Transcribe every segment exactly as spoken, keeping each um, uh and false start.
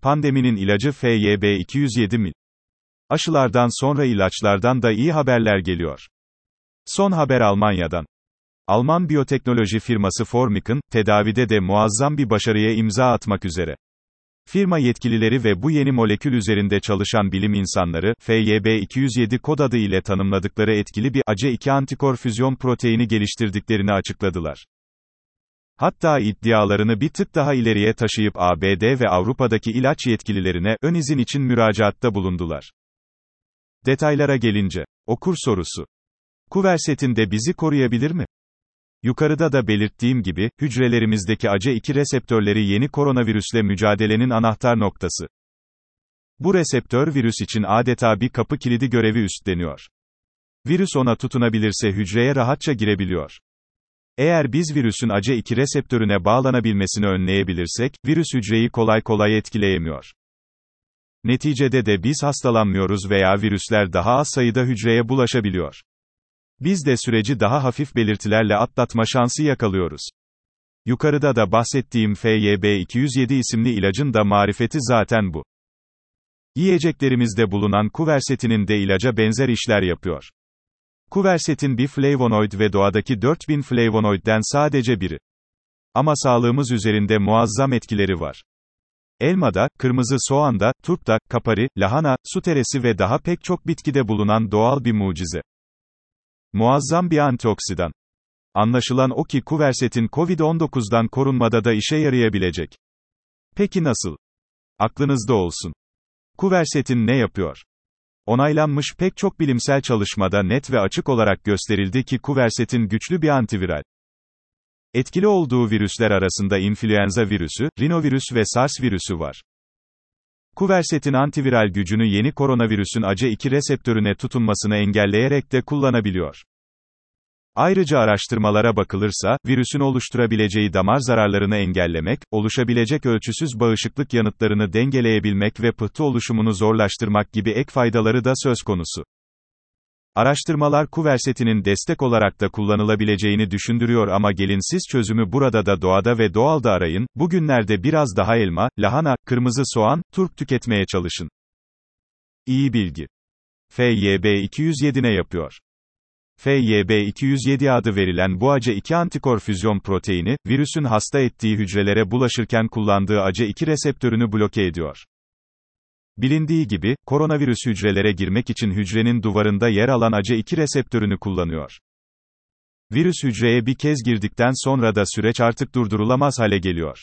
Pandeminin ilacı F Y B iki yüz yedi mi? Aşılardan sonra ilaçlardan da iyi haberler geliyor. Son haber Almanya'dan. Alman biyoteknoloji firması Formycon, tedavide de muazzam bir başarıya imza atmak üzere. Firma yetkilileri ve bu yeni molekül üzerinde çalışan bilim insanları, F Y B iki yüz yedi kod adı ile tanımladıkları etkili bir A C E iki antikor füzyon proteini geliştirdiklerini açıkladılar. Hatta iddialarını bir tık daha ileriye taşıyıp A B D ve Avrupa'daki ilaç yetkililerine, ön izin için müracaatta bulundular. Detaylara gelince, okur sorusu. Quercetin de bizi koruyabilir mi? Yukarıda da belirttiğim gibi, hücrelerimizdeki A C E iki reseptörleri yeni koronavirüsle mücadelenin anahtar noktası. Bu reseptör virüs için adeta bir kapı kilidi görevi üstleniyor. Virüs ona tutunabilirse hücreye rahatça girebiliyor. Eğer biz virüsün A C E iki reseptörüne bağlanabilmesini önleyebilirsek, virüs hücreyi kolay kolay etkileyemiyor. Neticede de biz hastalanmıyoruz veya virüsler daha az sayıda hücreye bulaşabiliyor. Biz de süreci daha hafif belirtilerle atlatma şansı yakalıyoruz. Yukarıda da bahsettiğim F Y B iki yüz yedi isimli ilacın da marifeti zaten bu. Yiyeceklerimizde bulunan quercetinin de ilaca benzer işler yapıyor. Quercetin bir flavonoid ve doğadaki dört bin flavonoidden sadece biri. Ama sağlığımız üzerinde muazzam etkileri var. Elmada, kırmızı soğanda, turpta, kapari, lahana, su teresi ve daha pek çok bitkide bulunan doğal bir mucize. Muazzam bir antioksidan. Anlaşılan o ki quercetin Covid on dokuzdan korunmada da işe yarayabilecek. Peki nasıl? Aklınızda olsun. Quercetin ne yapıyor? Onaylanmış pek çok bilimsel çalışmada net ve açık olarak gösterildi ki quercetin güçlü bir antiviral. Etkili olduğu virüsler arasında influenza virüsü, rinovirüs ve SARS virüsü var. Quercetin antiviral gücünü yeni koronavirüsün A C E iki reseptörüne tutunmasını engelleyerek de kullanabiliyor. Ayrıca araştırmalara bakılırsa, virüsün oluşturabileceği damar zararlarını engellemek, oluşabilecek ölçüsüz bağışıklık yanıtlarını dengeleyebilmek ve pıhtı oluşumunu zorlaştırmak gibi ek faydaları da söz konusu. Araştırmalar quercetinin destek olarak da kullanılabileceğini düşündürüyor ama gelin siz çözümü burada da doğada ve doğalda arayın, bugünlerde biraz daha elma, lahana, kırmızı soğan, turp tüketmeye çalışın. İyi bilgi. F Y B iki yüz yedi ne yapıyor? F Y B iki yüz yedi adı verilen bu A C E iki antikor füzyon proteini, virüsün hasta ettiği hücrelere bulaşırken kullandığı A C E iki reseptörünü bloke ediyor. Bilindiği gibi, koronavirüs hücrelere girmek için hücrenin duvarında yer alan A C E iki reseptörünü kullanıyor. Virüs hücreye bir kez girdikten sonra da süreç artık durdurulamaz hale geliyor.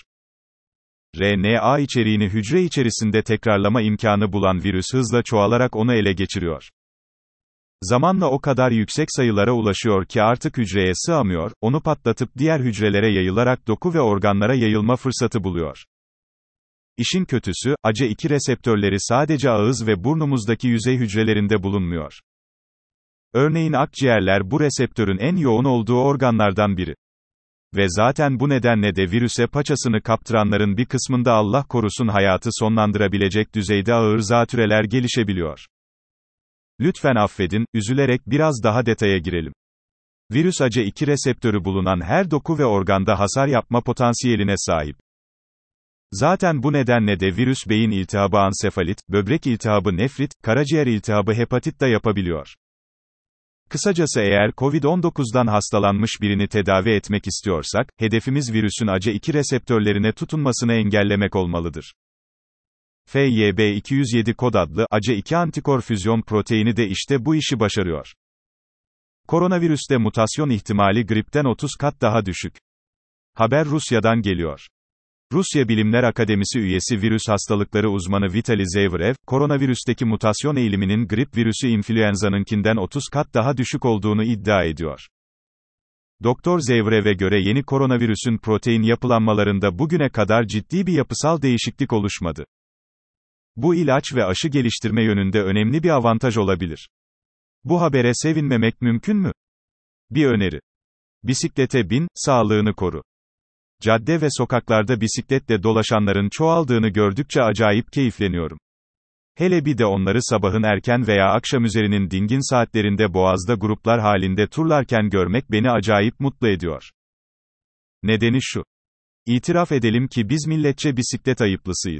R N A içeriğini hücre içerisinde tekrarlama imkanı bulan virüs hızla çoğalarak onu ele geçiriyor. Zamanla o kadar yüksek sayılara ulaşıyor ki artık hücreye sığamıyor, onu patlatıp diğer hücrelere yayılarak doku ve organlara yayılma fırsatı buluyor. İşin kötüsü, A C E iki reseptörleri sadece ağız ve burnumuzdaki yüzey hücrelerinde bulunmuyor. Örneğin akciğerler bu reseptörün en yoğun olduğu organlardan biri. Ve zaten bu nedenle de virüse paçasını kaptıranların bir kısmında Allah korusun hayatı sonlandırabilecek düzeyde ağır zatüreler gelişebiliyor. Lütfen affedin, üzülerek biraz daha detaya girelim. Virüs A C E iki reseptörü bulunan her doku ve organda hasar yapma potansiyeline sahip. Zaten bu nedenle de virüs beyin iltihabı ansefalit, böbrek iltihabı nefrit, karaciğer iltihabı hepatit de yapabiliyor. Kısacası eğer Covid on dokuzdan hastalanmış birini tedavi etmek istiyorsak, hedefimiz virüsün A C E iki reseptörlerine tutunmasını engellemek olmalıdır. F Y B iki yüz yedi kod adlı A C E iki antikor füzyon proteini de işte bu işi başarıyor. Koronavirüste mutasyon ihtimali gripten otuz kat daha düşük. Haber Rusya'dan geliyor. Rusya Bilimler Akademisi üyesi virüs hastalıkları uzmanı Vitali Zevrev, koronavirüsteki mutasyon eğiliminin grip virüsü influenza'nınkinden otuz kat daha düşük olduğunu iddia ediyor. Doktor Zevrev'e göre yeni koronavirüsün protein yapılanmalarında bugüne kadar ciddi bir yapısal değişiklik oluşmadı. Bu ilaç ve aşı geliştirme yönünde önemli bir avantaj olabilir. Bu habere sevinmemek mümkün mü? Bir öneri. Bisiklete bin, sağlığını koru. Cadde ve sokaklarda bisikletle dolaşanların çoğaldığını gördükçe acayip keyifleniyorum. Hele bir de onları sabahın erken veya akşamüzerinin dingin saatlerinde Boğaz'da gruplar halinde turlarken görmek beni acayip mutlu ediyor. Nedeni şu. İtiraf edelim ki biz milletçe bisiklet ayıplısıyız.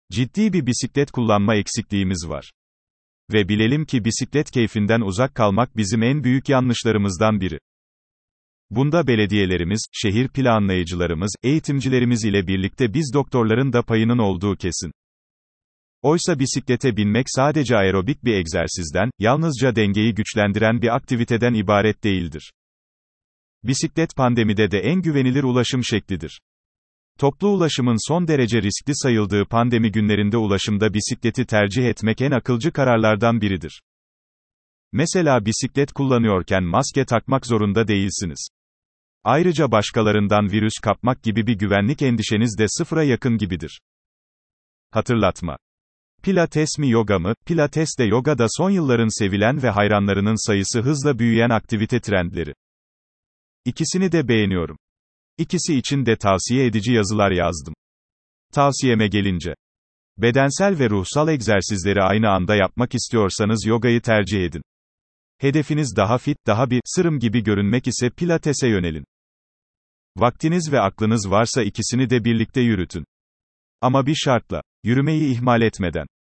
Ciddi bir bisiklet kullanma eksikliğimiz var. Ve bilelim ki bisiklet keyfinden uzak kalmak bizim en büyük yanlışlarımızdan biri. Bunda belediyelerimiz, şehir planlayıcılarımız, eğitimcilerimiz ile birlikte biz doktorların da payının olduğu kesin. Oysa bisiklete binmek sadece aerobik bir egzersizden, yalnızca dengeyi güçlendiren bir aktiviteden ibaret değildir. Bisiklet pandemide de en güvenilir ulaşım şeklidir. Toplu ulaşımın son derece riskli sayıldığı pandemi günlerinde ulaşımda bisikleti tercih etmek en akılcı kararlardan biridir. Mesela bisiklet kullanıyorken maske takmak zorunda değilsiniz. Ayrıca başkalarından virüs kapmak gibi bir güvenlik endişeniz de sıfıra yakın gibidir. Hatırlatma. Pilates mi yoga mı? Pilates de yoga da son yılların sevilen ve hayranlarının sayısı hızla büyüyen aktivite trendleri. İkisini de beğeniyorum. İkisi için de tavsiye edici yazılar yazdım. Tavsiyeme gelince, bedensel ve ruhsal egzersizleri aynı anda yapmak istiyorsanız yogayı tercih edin. Hedefiniz daha fit, daha bir sırım gibi görünmek ise pilatese yönelin. Vaktiniz ve aklınız varsa ikisini de birlikte yürütün. Ama bir şartla, yürümeyi ihmal etmeden.